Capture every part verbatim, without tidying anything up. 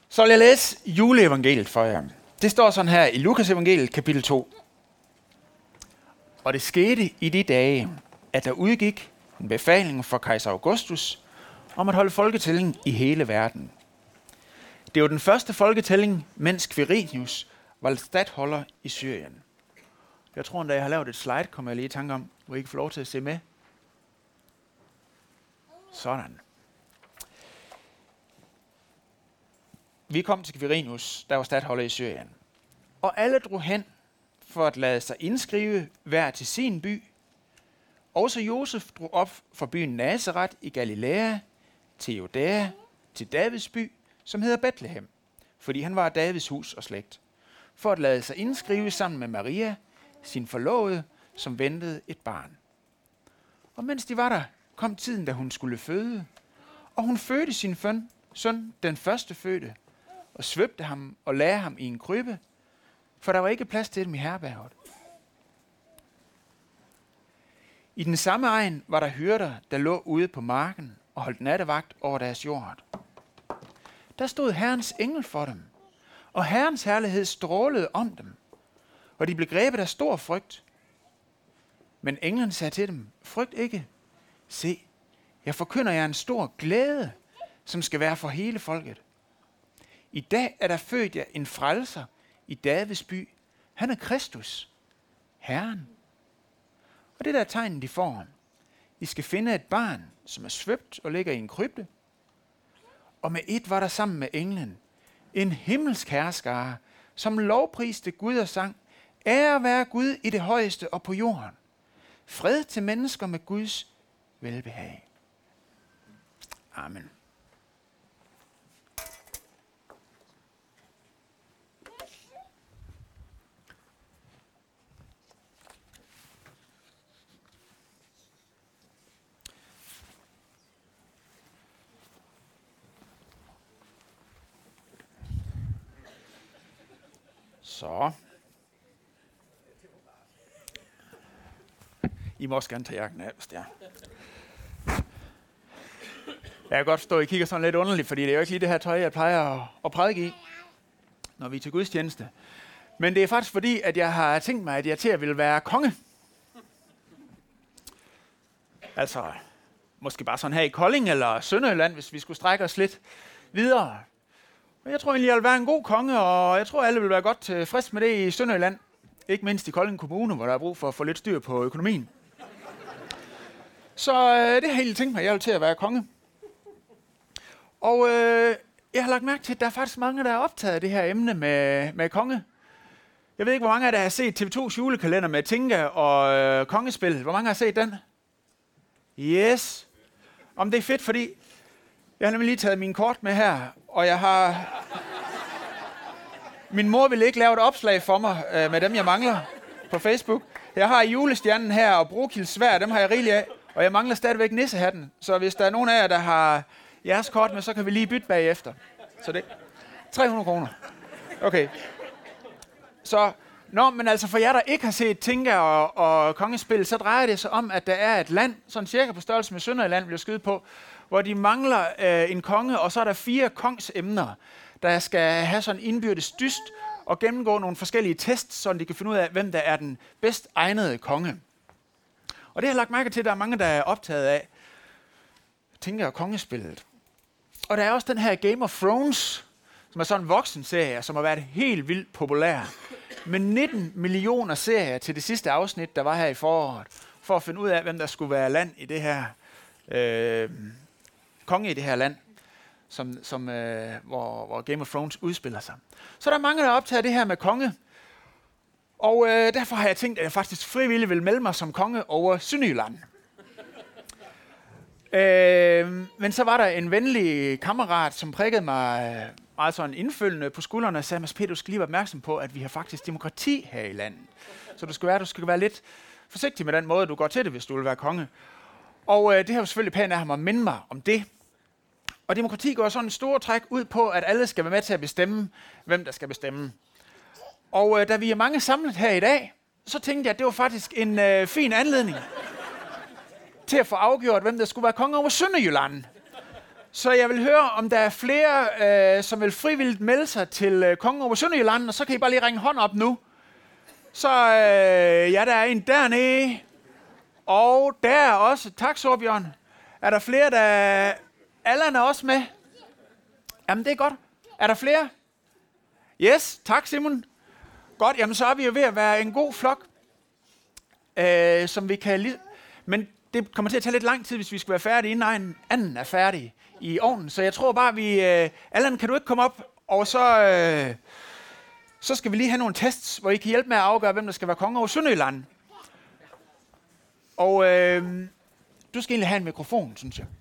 Så vil jeg læse juleevangeliet for jer. Det står sådan her i Lukas evangeliet, kapitel to. Og det skete i de dage, at der udgik en befaling fra kejser Augustus om at holde folketælling i hele verden. Det var den første folketælling, mens Quirinius var statholder i Syrien. Jeg tror, da jeg har lavet et slide, kommer jeg lige i tanke om, hvor I ikke får lov til at se med. Sådan. Vi kom til Quirinius, der var statholder i Syrien. Og alle drog hen for at lade sig indskrive hver til sin by. Også Josef drog op fra byen Nazaret i Galilea til Judæa, til Davids by, som hedder Bethlehem, fordi han var af Davids hus og slægt, for at lade sig indskrive sammen med Maria, sin forlovede, som ventede et barn. Og mens de var der, kom tiden, da hun skulle føde, og hun fødte sin søn, søn den første fødte, og svøbte ham og lagde ham i en krybbe, for der var ikke plads til dem i herberget. I den samme egen var der hyrder, der lå ude på marken og holdt nattevagt over deres jord. Der stod Herrens engel for dem, og Herrens herlighed strålede om dem, og de blev grebet af stor frygt. Men englen sagde til dem, frygt ikke. Se, jeg forkynder jer en stor glæde, som skal være for hele folket. I dag er der født jer en frelser i Davids by. Han er Kristus, Herren. Og det der er tegnet, de får. I skal finde et barn, som er svøbt og ligger i en krybbe. Og med et var der sammen med englen en himmelsk herskare, som lovpriste Gud og sang, ære være Gud i det højeste og på jorden. Fred til mennesker med Guds velbehag. Amen. Så. I må også gerne tage jakken af, hvis det er. Jeg kan godt forstå, at I kigger sådan lidt underligt, fordi det er jo ikke lige det her tøj, jeg plejer at, at prædike i, når vi er til gudstjeneste. Men det er faktisk fordi, at jeg har tænkt mig, at jeg til at ville være konge. Altså, måske bare sådan her i Kolding eller Sønderjylland, hvis vi skulle strække os lidt videre. Men jeg tror egentlig, jeg vil være en god konge, og jeg tror, alle vil være godt tilfreds med det i Sønderjylland. Ikke mindst i Kolding Kommune, hvor der er brug for at få lidt styr på økonomien. Så øh, det har jeg egentlig tænkt mig, at jeg vil til at være konge. Og øh, jeg har lagt mærke til, at der er faktisk mange, der er optaget af det her emne med, med konge. Jeg ved ikke, hvor mange af jer, der har set T V to's julekalender med Tinka og øh, kongespil. Hvor mange har set den? Yes. Om det er fedt, fordi jeg har nemlig lige taget min kort med her, og jeg har... Min mor ville ikke lave et opslag for mig øh, med dem, jeg mangler på Facebook. Jeg har julestjernen her og Brokilds svær, dem har jeg rigeligt af, og jeg mangler stadigvæk nissehatten. Så hvis der er nogen af jer, der har jeres kort med, så kan vi lige bytte bagefter. Så det tre hundrede kroner. Okay. Så, nå, men altså for jer, der ikke har set Tinka og, og kongespil, så drejer det sig om, at der er et land, sådan cirka på størrelse med Sønderjylland, bliver skyde på, hvor de mangler øh, en konge, og så er der fire kongsemner, der skal have sådan indbyrdes dyst og gennemgå nogle forskellige tests, så de kan finde ud af, hvem der er den bedst egnede konge. Og det har jeg lagt mærke til, at der er mange, der er optaget af, tænker jeg, kongespillet. Og der er også den her Game of Thrones, som er sådan en voksenserie, som har været helt vildt populær. Med nitten millioner serier til det sidste afsnit, der var her i foråret, for at finde ud af, hvem der skulle være land i det her, øh, konge i det her land. Som, som, øh, hvor, hvor Game of Thrones udspiller sig. Så der er mange, der optager det her med konge. Og øh, derfor har jeg tænkt, at jeg faktisk frivilligt vil melde mig som konge over Sønderjylland. øh, men så var der en venlig kammerat, som prikkede mig meget sådan indfølgende på skuldrene og sagde, Mads Peter, du skal lige være opmærksom på, at vi har faktisk demokrati her i landet. Så du skal være, du skal være lidt forsigtig med den måde, du går til det, hvis du vil være konge. Og øh, det har jo selvfølgelig pænt af ham at minde mig om det. Og demokrati går sådan en stor træk ud på, at alle skal være med til at bestemme, hvem der skal bestemme. Og øh, da vi er mange samlet her i dag, så tænkte jeg, at det var faktisk en øh, fin anledning til at få afgjort, hvem der skulle være konge over Sønderjylland. Så jeg vil høre, om der er flere, øh, som vil frivilligt melde sig til øh, Kongen over Sønderjylland, og så kan I bare lige ringe hånd op nu. Så øh, ja, der er en dernede, og der er også, tak Sorbjørn, er der flere, der... Allan er også med. Jamen, det er godt. Er der flere? Yes, tak Simon. Godt, jamen så er vi jo ved at være en god flok, øh, som vi kan lide. Men det kommer til at tage lidt lang tid, hvis vi skal være færdige, inden en anden er færdig i ovnen. Så jeg tror bare, vi... Øh, Allan, kan du ikke komme op? Og så, øh, så skal vi lige have nogle tests, hvor I kan hjælpe med at afgøre, hvem der skal være konge over Sønderjylland. Og øh, du skal egentlig have en mikrofon, synes jeg.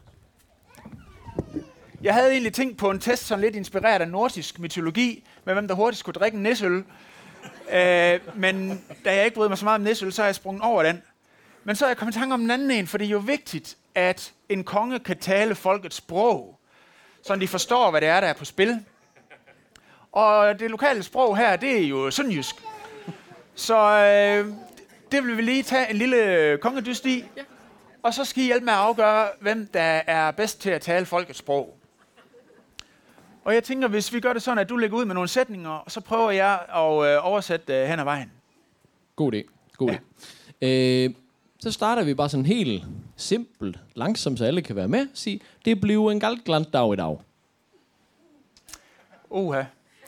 Jeg havde egentlig tænkt på en test, sådan lidt inspireret af nordisk mytologi, med hvem der hurtigt skulle drikke en næsøl. Øh, men da jeg ikke brød mig så meget om næsøl, så er jeg sprunget over den. Men så er jeg kommet i tanke om en anden en, for det er jo vigtigt, at en konge kan tale folkets sprog, så de forstår, hvad det er, der er på spil. Og det lokale sprog her, det er jo sønderjysk. Så øh, det vil vi lige tage en lille kongedyst i, og så skal I hjælpe med at afgøre, hvem der er bedst til at tale folkets sprog. Og jeg tænker, hvis vi gør det sådan, at du lægger ud med nogle sætninger, og så prøver jeg at øh, oversætte øh, hen ad vejen. God idé. God idé. Ja. Øh, så starter vi bare sådan helt simpelt, langsomt, så alle kan være med. Sig, det bliver en galtglant dag i dag. Uha.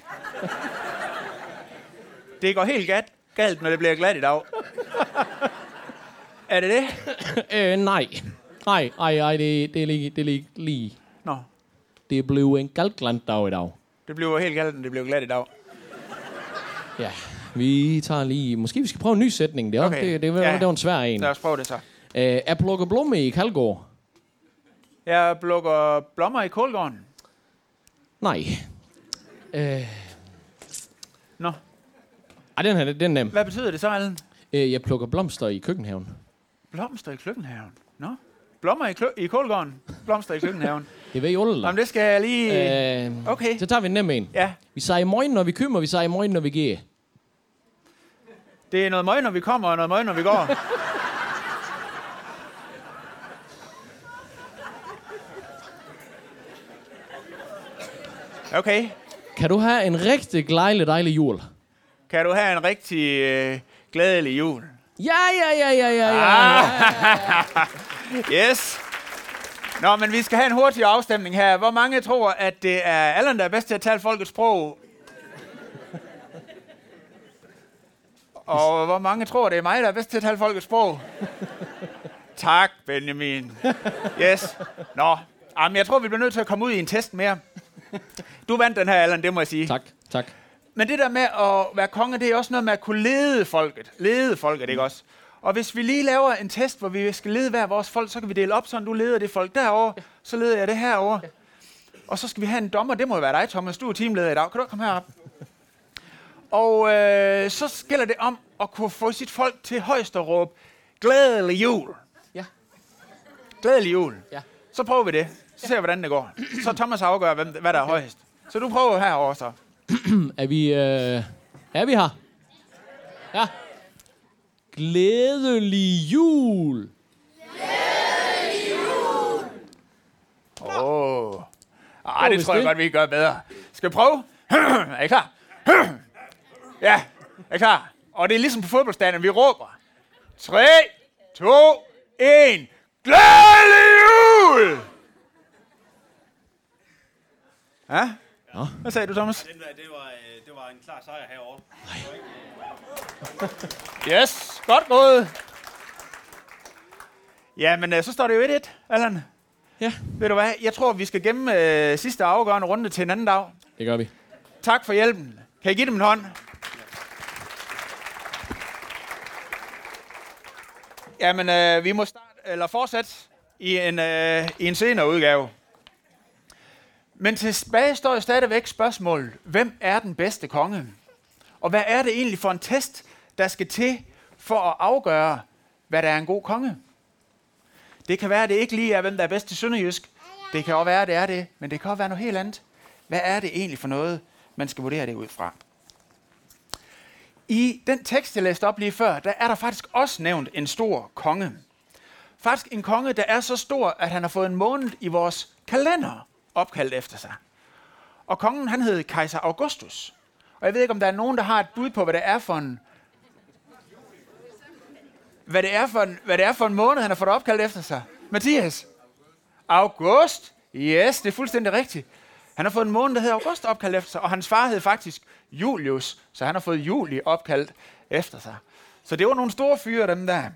Det går helt galt, galt, når det bliver glat i dag. Er det det? øh, nej. Nej, ej, ej, det, det er lige... Det er lige, lige. Nå. Det blev en galtglant dag i dag. Det bliver helt galt, når det bliver glat i dag. Ja, vi tager lige... Måske vi skal prøve en ny sætning. Det er, okay. det, det, det, ja. det var en svær en. Lad os prøve det så. Øh, jeg plukker blommer i Kalgård. Jeg plukker blommer i Kålgården. Nej. Øh. Nå. Ej, den her, den er nem. Hvad betyder det så, Allen? Øh, jeg plukker blomster i køkkenhaven. Blomster i køkkenhaven? Nå. Blommer i, klø- i Kålgården. Blomster i køkkenhaven. Det ved I alle. Jamen, det skal jeg lige... Øh, okay. Så tager vi en nem en. Ja. Vi siger i morgen, når vi kommer, vi siger i morgen, når vi går. Det er noget møg, når vi kommer, og noget møg, når vi går. Okay. Kan du have en rigtig glædelig, dejlig jul? Kan du have en rigtig øh, glædelig jul? Ja, ja, ja, ja, ja, ja. Ah. Yes. Nå, men vi skal have en hurtig afstemning her. Hvor mange tror, at det er Allan, der er bedst til at tale folkets sprog? Og hvor mange tror, det er mig, der er bedst til at tale folkets sprog? Tak, Benjamin. Yes. Nå, jamen, jeg tror, vi bliver nødt til at komme ud i en test mere. Du vandt den her, Allan, det må jeg sige. Tak, tak. Men det der med at være konge, det er også noget med at kunne lede folket. Lede folket, ikke også? Og hvis vi lige laver en test, hvor vi skal lede hver vores folk, så kan vi dele op, sådan du leder det folk derovre, ja. Så leder jeg det herovre. Ja. Og så skal vi have en dommer, det må jo være dig, Thomas, du er teamleder i dag. Kan du komme herop? Og øh, så gælder det om at kunne få sit folk til højst at råbe, glædelig jul. Ja. Glædelig jul. Ja. Så prøver vi det. Så ser vi, hvordan det går. Så Thomas afgør, hvem, hvad der er højst. Så du prøver herovre så. Er vi, øh, er vi her? Ja. Glædelig jul. Glædelig jul. Åh. Oh. Ah, det tror jeg godt, vi kan gøre bedre. Skal vi prøve? Er I klar? Ja, er I klar? Og det er ligesom på fodboldstadion, vi råber. tre, to, et. Glædelig jul! Ja? Nå. Hvad sagde du, Thomas? Det, det, var, det var en klar sejr herovre. Yes, godt gået. Ja, men så står det jo et et, Allan. Ja. Ved du hvad, jeg tror, vi skal gemme øh, sidste afgørende runde til en anden dag. Det gør vi. Tak for hjælpen. Kan I give dem en hånd? Jamen, øh, vi må starte, eller fortsætte i en, øh, i en senere udgave. Men tilbage står jo stadigvæk spørgsmålet, hvem er den bedste konge? Og hvad er det egentlig for en test, der skal til for at afgøre, hvad der er en god konge? Det kan være, at det ikke lige er, hvem der er bedst til sønderjysk. Det kan også være, at det er det, men det kan også være noget helt andet. Hvad er det egentlig for noget, man skal vurdere det ud fra? I den tekst, jeg læste op lige før, der er der faktisk også nævnt en stor konge. Faktisk en konge, der er så stor, at han har fået en måned i vores kalender opkaldt efter sig. Og kongen, han hed kejser Augustus. Og jeg ved ikke, om der er nogen, der har et bud på, hvad det er for en, hvad det er for en, hvad det er for en måned, han har fået opkaldt efter sig. Mathias? August? Yes, det er fuldstændig rigtigt. Han har fået en måned, der hedder August opkaldt efter sig, og hans far hed faktisk Julius, så han har fået Juli opkaldt efter sig. Så det var nogle store fyre, dem der.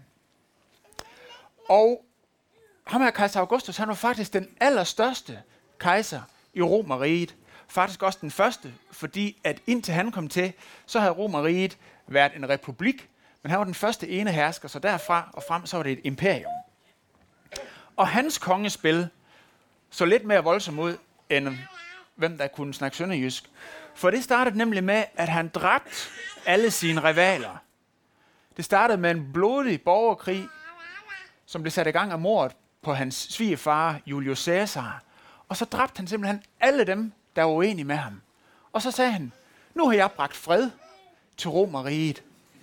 Og ham her, kejser Augustus, han var faktisk den allerstørste kejser i Romerriget. Faktisk også den første, fordi at indtil han kom til, så havde Romerriget været en republik, men han var den første ene hersker, så derfra og frem, så var det et imperium. Og hans kongespil så lidt mere voldsomt ud, end hvem der kunne snakke sønderjysk. For det startede nemlig med, at han dræbte alle sine rivaler. Det startede med en blodig borgerkrig, som blev sat i gang af mordet på hans svigerfar, Julius Caesar. Og så dræbte han simpelthen alle dem, der var uenige med ham. Og så sagde han, nu har jeg bragt fred til Romerriget.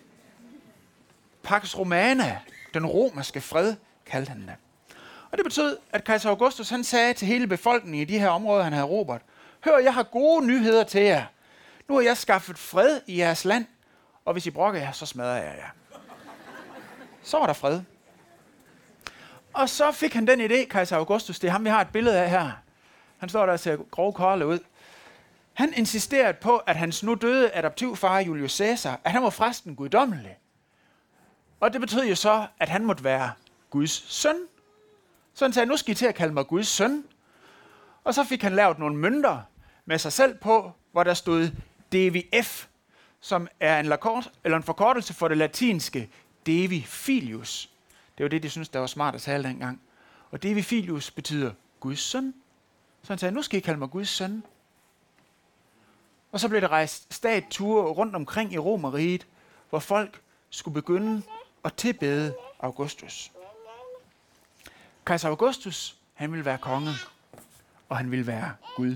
Pax Romana, den romerske fred, kaldte han det. Og det betød, at kejser Augustus han sagde til hele befolkningen i de her områder, han havde erobret, hør, jeg har gode nyheder til jer. Nu har jeg skaffet fred i jeres land, og hvis I brokker jer, så smadrer jeg jer. Så var der fred. Og så fik han den idé, kejser Augustus, det er ham, vi har et billede af her. Han står der og ser grovkolde ud. Han insisterede på, at hans nu døde adoptivfar, Julius Caesar, at han var forresten guddommelig. Og det betød jo så, at han måtte være Guds søn. Så han sagde, nu skal I til at kalde mig Guds søn. Og så fik han lavet nogle mønter med sig selv på, hvor der stod Devi F, som er en, lakort, eller en forkortelse for det latinske Devi Filius. Det var det, de syntes, der var smart at tale dengang. Og Devi Filius betyder Guds søn. Så han sagde, nu skal I kalde mig Guds søn. Og så blev der rejst statue rundt omkring i Romerriget, hvor folk skulle begynde at tilbede Augustus. Kejser Augustus, han ville være konge, og han ville være Gud.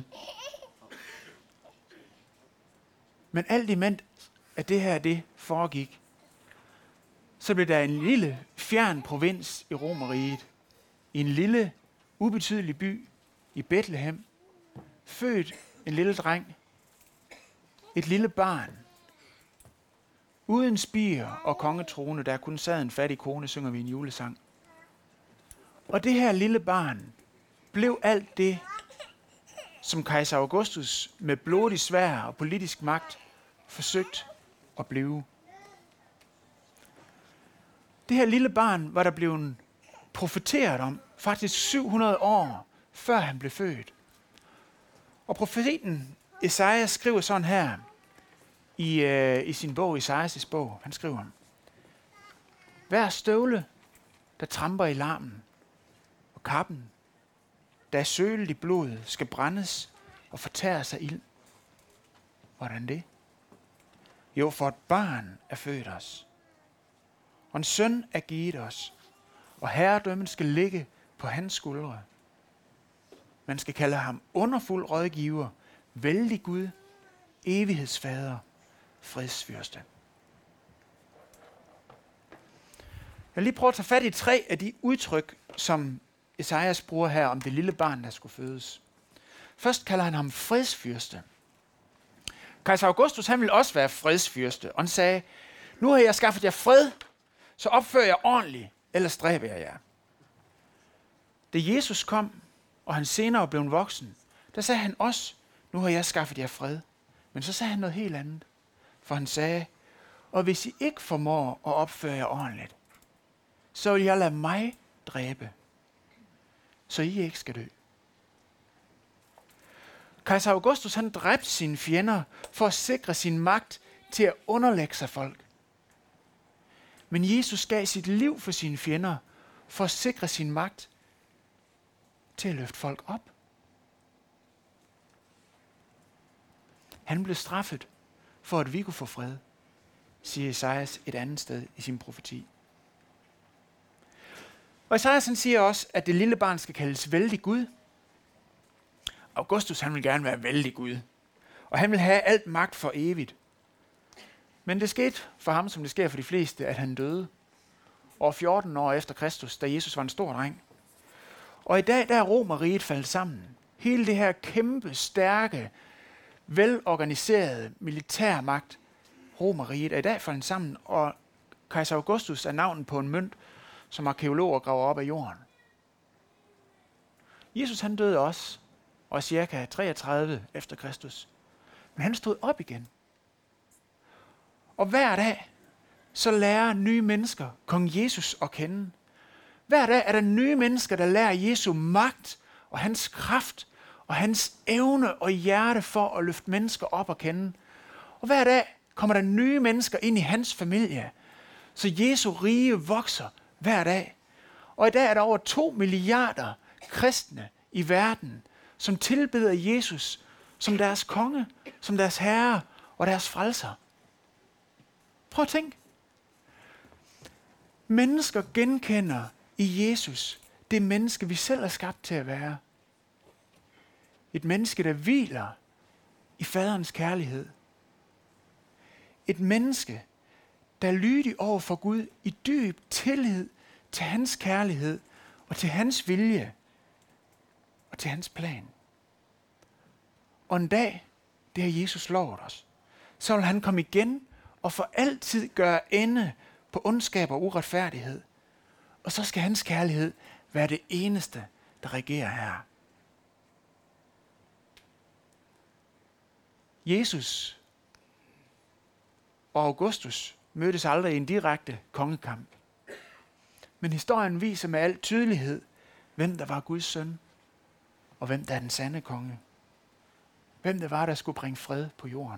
Men alt imens, at det her det foregik, så blev der en lille, fjern provins i Romerriget, i en lille, ubetydelig by i Bethlehem, født en lille dreng, et lille barn, uden spir og kongetrone, der kun sad en fattig kone, synger vi en julesang. Og det her lille barn blev alt det, som kejser Augustus med blodig sværd og politisk magt forsøgt at blive. Det her lille barn var der blevet profeteret om, faktisk syv hundrede år før han blev født. Og profeten Esajas skriver sådan her i, øh, i sin bog, Esajas' bog. Han skriver, hver støvle, der tramper i larmen, og kappen, der er sølet i blodet, skal brændes og fortære sig ild. Hvordan det? Jo, for et barn er født os, og en søn er givet os, og herredømmen skal ligge på hans skuldre. Man skal kalde ham underfuld rådgiver, vældig Gud, evighedsfader, fredsfyrste. Jeg vil lige prøve at tage fat i tre af de udtryk, som Esajas bruger her om det lille barn, der skulle fødes. Først kalder han ham fredsfyrste. Kejser Augustus, han ville også være fredsfyrste, og han sagde, nu har jeg skaffet jer fred, så opfører jeg ordentligt, ellers dræber jeg jer. Da Jesus kom, og han senere blev voksen, der sagde han også, nu har jeg skaffet jer fred. Men så sagde han noget helt andet. For han sagde, og hvis I ikke formår at opføre jer ordentligt, så vil jeg lade mig dræbe, så I ikke skal dø. Kejser Augustus, han dræbte sine fjender for at sikre sin magt til at underlægge sig folk. Men Jesus gav sit liv for sine fjender for at sikre sin magt til at løfte folk op. Han blev straffet for, at vi kunne få fred, siger Esajas et andet sted i sin profeti. Og Esajas han siger også, at det lille barn skal kaldes vældig Gud. Augustus han vil gerne være vældig Gud, og han vil have alt magt for evigt. Men det skete for ham, som det sker for de fleste, at han døde. år fjorten år efter Kristus, da Jesus var en stor dreng. Og i dag, der er Romerriget faldet sammen. Hele det her kæmpe, stærke, velorganiserede militærmagt, Romerriget, er i dag faldet sammen, og kejser Augustus er navnet på en mønt, som arkæologer graver op af jorden. Jesus han døde også, og cirka treogtredive efter Kristus. Men han stod op igen. Og hver dag, så lærer nye mennesker kong Jesus at kende. Hver dag er der nye mennesker, der lærer Jesu magt og hans kraft og hans evne og hjerte for at løfte mennesker op og kende. Og hver dag kommer der nye mennesker ind i hans familie, så Jesu rige vokser hver dag. Og i dag er der over to milliarder kristne i verden, som tilbeder Jesus som deres konge, som deres herre og deres frelser. Prøv at tænke. Mennesker genkender i Jesus det menneske, vi selv er skabt til at være. Et menneske, der hviler i faderens kærlighed. Et menneske, der er lydig over for Gud i dyb tillid til hans kærlighed og til hans vilje og til hans plan. Og en dag, det har Jesus lovet os, så vil han komme igen og for altid gøre ende på ondskab og uretfærdighed. Og så skal hans kærlighed være det eneste, der regerer her. Jesus og Augustus mødtes aldrig i en direkte kongekamp. Men historien viser med al tydelighed, hvem der var Guds søn, og hvem der er den sande konge. Hvem det var, der skulle bringe fred på jorden.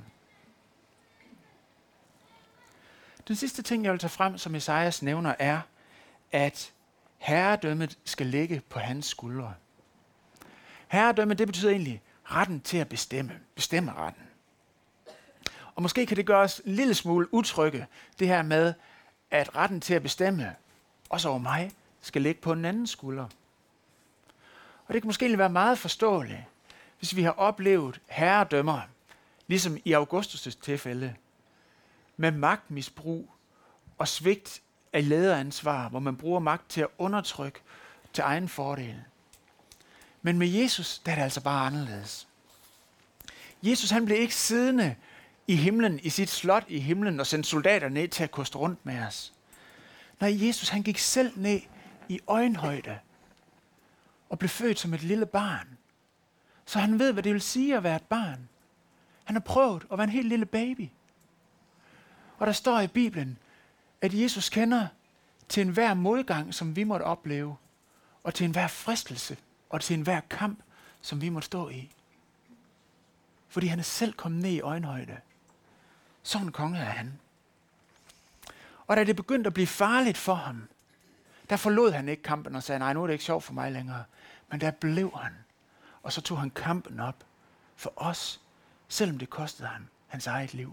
Den sidste ting, jeg vil tage frem, som Esajas nævner, er, at herredømmet skal ligge på hans skuldre. Herredømmet, det betyder egentlig retten til at bestemme. Bestemme retten. Og måske kan det gøre os en lille smule utrygge, det her med, at retten til at bestemme, også over mig, skal ligge på en anden skulder. Og det kan måske være meget forståeligt, hvis vi har oplevet herredømmer, ligesom i Augustus' tilfælde, med magtmisbrug og svigt af lederansvar, hvor man bruger magt til at undertrykke til egen fordel. Men med Jesus, der er det altså bare anderledes. Jesus han blev ikke siddende i himlen, i sit slot i himlen, og sendte soldater ned til at koste rundt med os. Nej, Jesus han gik selv ned i øjenhøjde og blev født som et lille barn. Så han ved, hvad det vil sige at være et barn. Han har prøvet at være en helt lille baby. Og der står i Bibelen, at Jesus kender til enhver modgang, som vi måtte opleve, og til enhver fristelse, og til enhver kamp, som vi måtte stå i. Fordi han er selv kommet ned i øjenhøjde. Sådan en konge er han. Og da det begyndte at blive farligt for ham, der forlod han ikke kampen og sagde, nej, nu er det ikke sjovt for mig længere. Men der blev han. Og så tog han kampen op for os, selvom det kostede ham hans eget liv.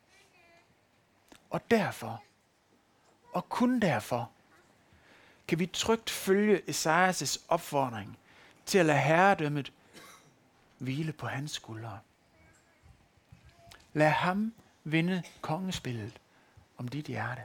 Og derfor, og kun derfor, kan vi trygt følge Esajas' opfordring til at lade herredømmet hvile på hans skuldre. Lad ham vinde kongespillet om dit hjerte.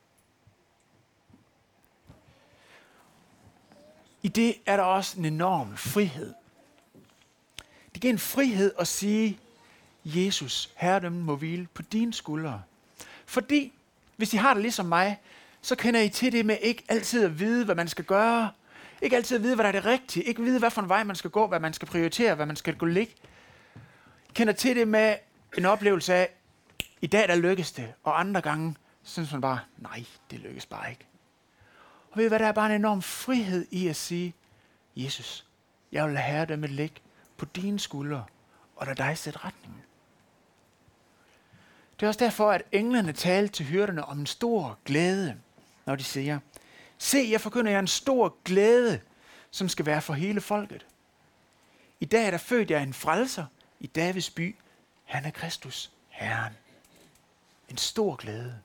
I det er der også en enorm frihed. Det giver en frihed at sige, Jesus, herredømmen må hvile på dine skuldre. Fordi, hvis I har det ligesom mig, så kender I til det med ikke altid at vide, hvad man skal gøre. Ikke altid at vide, hvad der er det rigtige. Ikke vide, hvad for en vej man skal gå, hvad man skal prioritere, hvad man skal gå ligge. I kender til det med en oplevelse af, i dag der lykkes det, og andre gange synes man bare, nej, det lykkes bare ikke. Og ved I hvad, der er bare en enorm frihed i at sige, Jesus, jeg vil lade herredømmet ligge på dine skuldre, og lad dig sætte retningen. Det er også derfor, at englene talte til hyrderne om en stor glæde, når de siger, se, jeg forkynder jer en stor glæde, som skal være for hele folket. I dag er der født jer en frelser i Davids by. Han er Kristus, Herren. En stor glæde.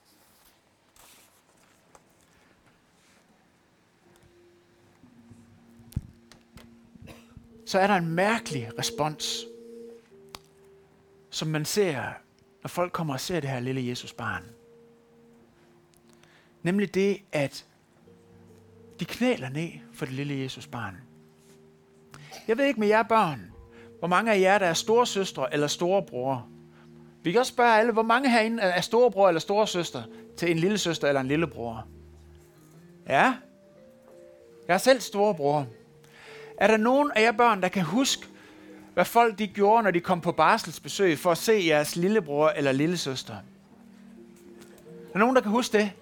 Så er der en mærkelig respons, som man ser, når folk kommer og ser det her lille Jesus barn. Nemlig det, at De knæler ned for det lille Jesus barn. Jeg ved ikke med jer børn, hvor mange af jer, der er storesøstre eller storebror. Vi kan også spørge alle, hvor mange herinde er storebror eller storesøster til en lille søster eller en lillebror. Ja, jeg er selv storebror. Er der nogen af jer børn, der kan huske, hvad folk de gjorde, når de kom på barselsbesøg for at se jeres lillebror eller lillesøster? Er der nogen, der kan huske det?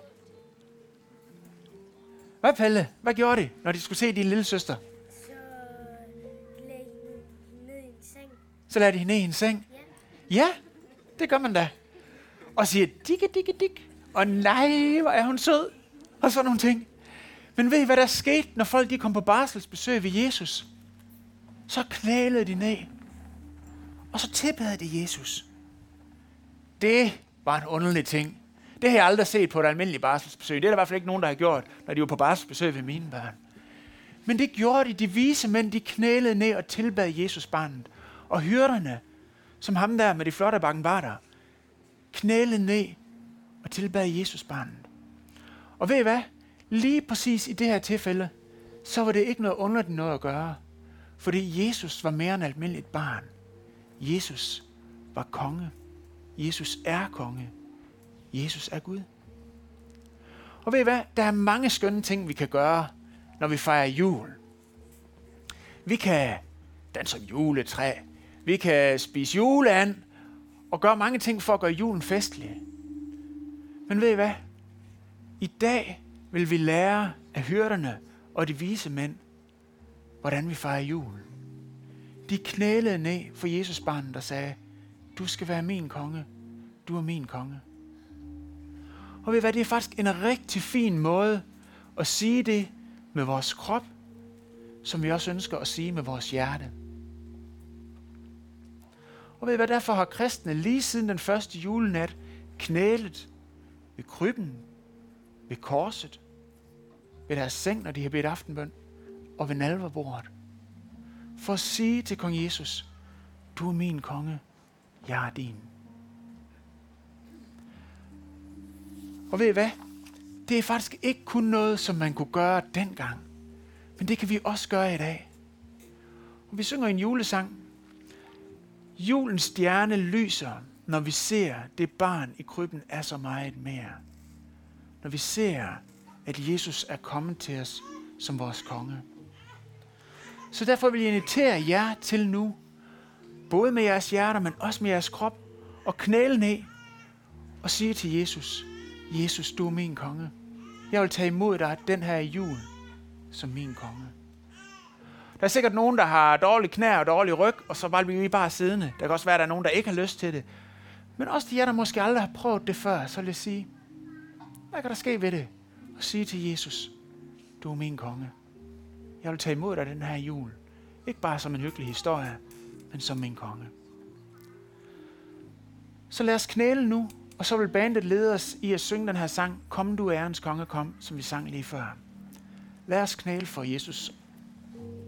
Hvad, Pelle? Hvad gjorde de, når de skulle se din lillesøster? Så lagde de ned i en seng. Så lagde de hende ned i en seng? Ja. Ja, det gør man da. Og siger, dikke, dikke, dik. Og nej, hvor er hun sød. Og sådan nogle ting. Men ved I, hvad der skete, når folk de kom på barselsbesøg ved Jesus? Så knælede de ned. Og så tilbad de Jesus. Det var en underlig ting. Det har jeg aldrig set på et almindeligt barselsbesøg. Det er der i hvert fald ikke nogen, der har gjort, når de var på barselsbesøg ved mine børn. Men det gjorde de. De vise mænd, de knælede ned og tilbad Jesus barnet. Og hyrderne, som ham der med de flotte bakkenbarter, knælede ned og tilbad Jesus barnet. Og ved I hvad? Lige præcis i det her tilfælde, så var det ikke noget underligt noget at gøre. Fordi Jesus var mere end et almindeligt barn. Jesus var konge. Jesus er konge. Jesus er Gud. Og ved I hvad? Der er mange skønne ting, vi kan gøre, når vi fejrer jul. Vi kan danse om juletræ. Vi kan spise juleand. Og gøre mange ting for at gøre julen festlig. Men ved I hvad? I dag vil vi lære af hyrderne og de vise mænd, hvordan vi fejrer jul. De knælede ned for Jesus barnet og sagde, du skal være min konge. Du er min konge. Og ved I hvad? Det er faktisk en rigtig fin måde at sige det med vores krop, som vi også ønsker at sige med vores hjerte. Og ved I hvad? Derfor har kristne lige siden den første julenat knælet ved krybben, ved korset, ved deres seng, når de har bedt aftenbøn, og ved nadverbordet. For at sige til kong Jesus, du er min konge, jeg er din. Og ved I hvad? Det er faktisk ikke kun noget, som man kunne gøre dengang, men det kan vi også gøre i dag. Og vi synger en julesang. Julens stjerne lyser, når vi ser det barn i krybben er så meget mere. Når vi ser, at Jesus er kommet til os som vores konge. Så derfor vil jeg invitere jer til nu, både med jeres hjerter, men også med jeres krop, og knæle ned og sige til Jesus, Jesus, du er min konge. Jeg vil tage imod dig den her jul som min konge. Der er sikkert nogen, der har dårlige knæ og dårlig ryg, og så bare bliver vi bare siddende. Der kan også være, at der er nogen, der ikke har lyst til det. Men også de jer, der måske aldrig har prøvet det før, så vil jeg sige, hvad kan der ske ved det? Og sige til Jesus, du er min konge. Jeg vil tage imod dig den her jul. Ikke bare som en hyggelig historie, men som min konge. Så lad os knæle nu, og så vil bandet lede os i at synge den her sang, Kom du ærens konge, kom, som vi sang lige før. Lad os knæle for Jesus